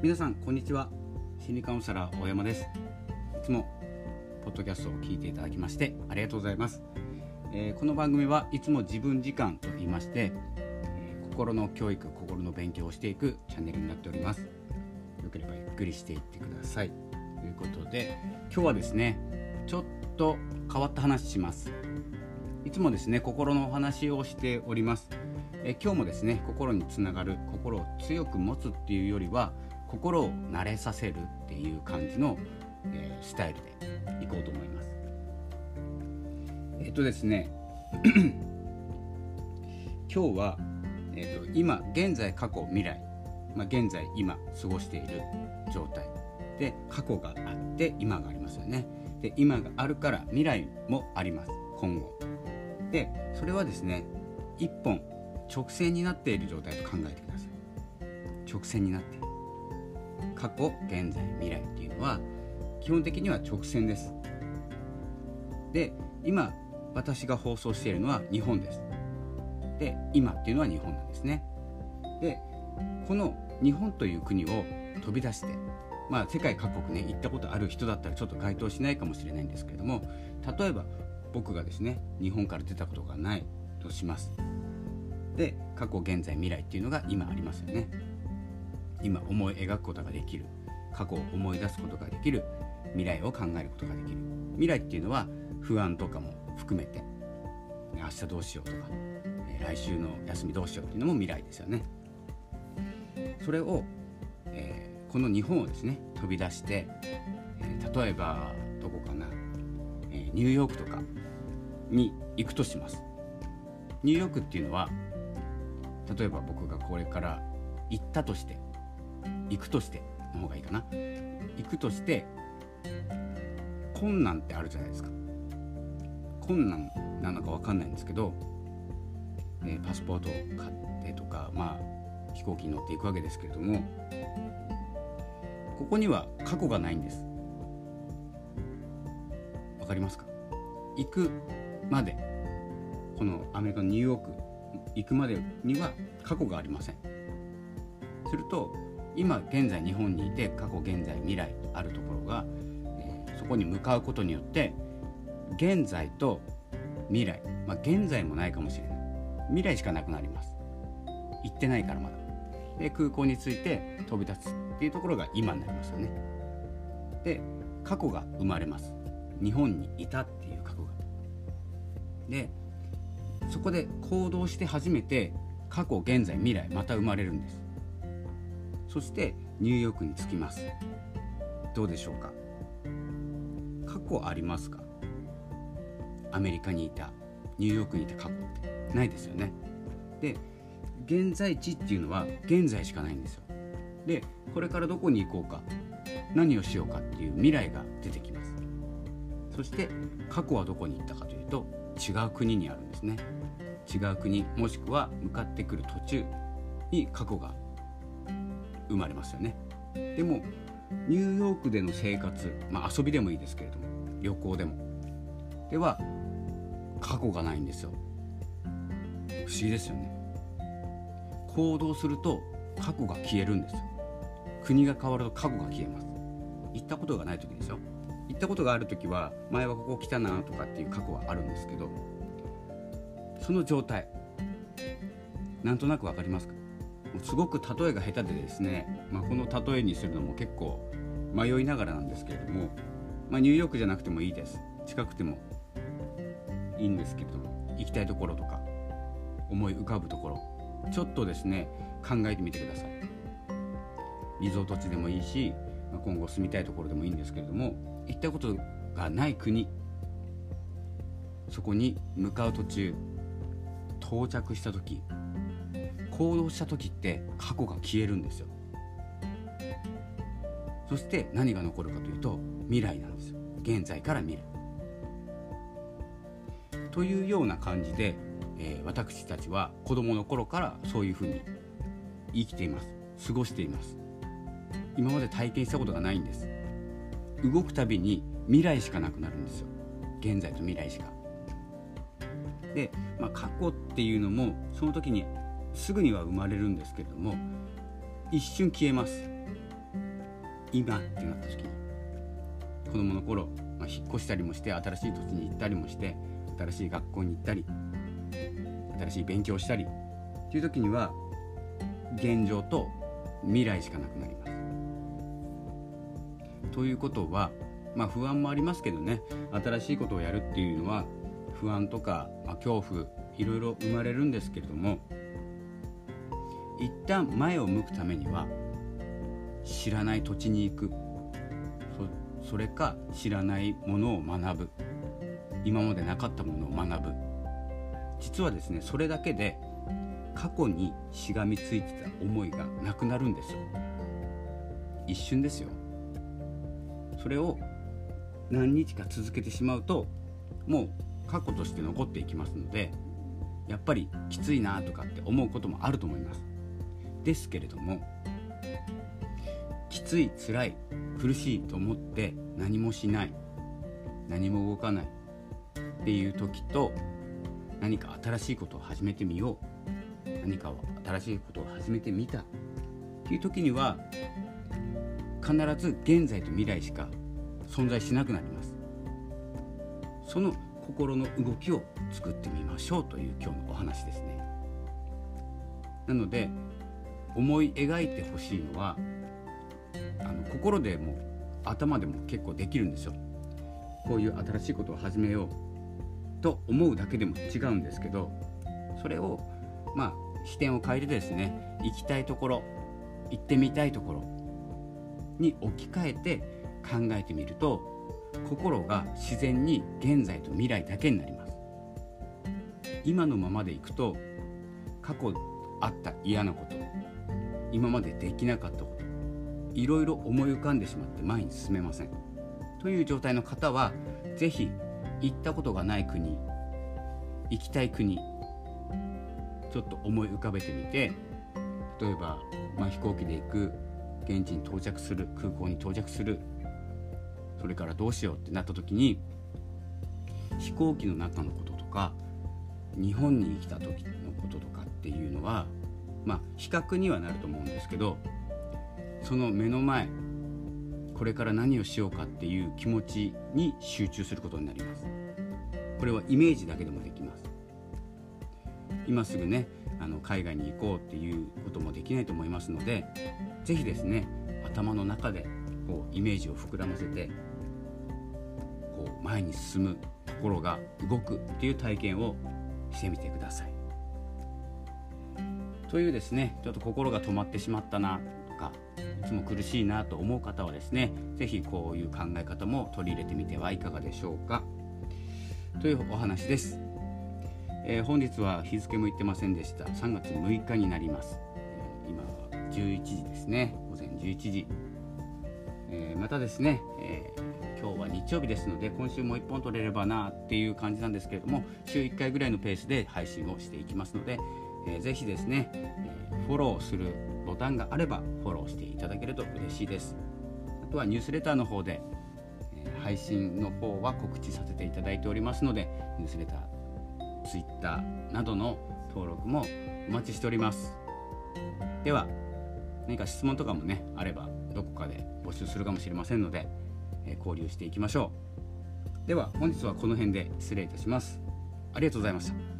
皆さんこんにちは。心理カウンセラー大山です。いつもポッドキャストを聞いていただきましてありがとうございます。この番組はいつも自分時間と言いまして、心の教育、心の勉強をしていくチャンネルになっております。よければゆっくりしていってくださいということで、今日はですねちょっと変わった話します。いつもですね心のお話をしております。今日もですね心につながる、心を強く持つっていうよりは心を慣れさせるっていう感じの、スタイルでいこうと思います。ですね今日は、今現在過去未来、現在今過ごしている状態で、過去があって今がありますよね。で今があるから未来もあります、今後で。それはですね一本直線になっている状態と考えてください。直線になっている過去現在未来っていうのは基本的には直線です。で今私が放送しているのは日本です。で今っていうのは日本なんですね。でこの日本という国を飛び出して、世界各国ね行ったことある人だったらちょっと該当しないかもしれないんですけれども、例えば僕がですね日本から出たことがないとします。で過去現在未来っていうのが今ありますよね。今思い描くことができる、過去を思い出すことができる、未来を考えることができる。未来っていうのは不安とかも含めて、明日どうしようとか、来週の休みどうしようっていうのも未来ですよね。それを、この日本をですね飛び出して、例えばどこかな、ニューヨークとかに行くとします。ニューヨークっていうのは例えば僕がこれから行ったとして、行くとしての方がいいかな、行くとして困難ってあるじゃないですか。困難なのか分かんないんですけど、パスポートを買ってとか、飛行機に乗っていくわけですけれども、ここには過去がないんです。わかりますか？行くまで、このアメリカのニューヨーク行くまでには過去がありません。すると今現在日本にいて過去現在未来あるところが、そこに向かうことによって現在と未来、現在もないかもしれない、未来しかなくなります。行ってないからまだで、空港に着いて飛び立つっていうところが今になりますよね。で過去が生まれます。日本にいたっていう過去が。でそこで行動して初めて過去現在未来また生まれるんです。そしてニューヨークに着きます。どうでしょうか？過去ありますか？アメリカにいた、ニューヨークにいた過去ってないですよね。で現在地っていうのは現在しかないんですよ。でこれからどこに行こうか、何をしようかっていう未来が出てきます。そして過去はどこに行ったかというと違う国にあるんですね。違う国、もしくは向かってくる途中に過去が生まれますよね。でもニューヨークでの生活、遊びでもいいですけれども旅行でもでは過去がないんですよ。不思議ですよね。行動すると過去が消えるんですよ。国が変わると過去が消えます。行ったことがない時ですよ。行ったことがある時は前はここ来たなとかっていう過去はあるんですけど、その状態なんとなくわかりますか？すごく例えが下手でですね、この例えにするのも結構迷いながらなんですけれども、ニューヨークじゃなくてもいいです。近くてもいいんですけれども、行きたいところとか思い浮かぶところちょっとですね考えてみてください。リゾート地でもいいし、今後住みたいところでもいいんですけれども、行ったことがない国、そこに向かう途中、到着した時、行動した時って過去が消えるんですよ。そして何が残るかというと未来なんですよ。現在から未来というような感じで、私たちは子供の頃からそういうふうに生きています。過ごしています。今まで体験したことがないんです。動くたびに未来しかなくなるんですよ。現在と未来しか。で、過去っていうのもその時にすぐには生まれるんですけれども、一瞬消えます。 今ってなった時に、子供の頃、引っ越したりもして、新しい土地に行ったりもして、新しい学校に行ったり、新しい勉強をしたりっていう時には、現状と未来しかなくなります。ということは、不安もありますけどね、新しいことをやるっていうのは不安とか、恐怖いろいろ生まれるんですけれども、一旦前を向くためには知らない土地に行く、それか知らないものを学ぶ、今までなかったものを学ぶ。実はですね、それだけで過去にしがみついてた思いがなくなるんですよ。一瞬ですよ。それを何日か続けてしまうと、もう過去として残っていきますので、やっぱりきついなとかって思うこともあると思います。ですけれども、きつい、辛い、苦しいと思って何もしない、何も動かないっていう時と、何か新しいことを始めてみよう、何か新しいことを始めてみたっていう時には、必ず現在と未来しか存在しなくなります。その心の動きを作ってみましょうという今日のお話ですね。なので、思い描いてほしいのは、心でも頭でも結構できるんですよ。こういう新しいことを始めようと思うだけでも違うんですけど、それを視点を変えてですね、行きたいところ、行ってみたいところに置き換えて考えてみると、心が自然に現在と未来だけになります。今のままでいくと、過去あった嫌なこと、今までできなかったこと、いろいろ思い浮かんでしまって前に進めません。という状態の方は、ぜひ行ったことがない国、行きたい国、ちょっと思い浮かべてみて、例えば、飛行機で行く、現地に到着する、空港に到着する、それからどうしようってなった時に、飛行機の中のこととか、日本に来た時のこととかっていうのは、比較にはなると思うんですけど、その目の前、これから何をしようかっていう気持ちに集中することになります。これはイメージだけでもできます。今すぐね、海外に行こうっていうこともできないと思いますので、ぜひですね、頭の中でイメージを膨らませて、前に進む、心が動くっていう体験をしてみてください。というですね、ちょっと心が止まってしまったなとか、いつも苦しいなと思う方はですね、ぜひこういう考え方も取り入れてみてはいかがでしょうか、というお話です。本日は日付も言ってませんでした。3月6日になります。今は11時ですね、午前11時。またですね、今日は日曜日ですので、今週も1本取れればなっていう感じなんですけれども、週1回ぐらいのペースで配信をしていきますので、ぜひですね、フォローするボタンがあればフォローしていただけると嬉しいです。あとはニュースレターの方で、配信の方は告知させていただいておりますので、ニュースレター、ツイッターなどの登録もお待ちしております。では、何か質問とかもねあれば、どこかで募集するかもしれませんので、交流していきましょう。では本日はこの辺で失礼いたします。ありがとうございました。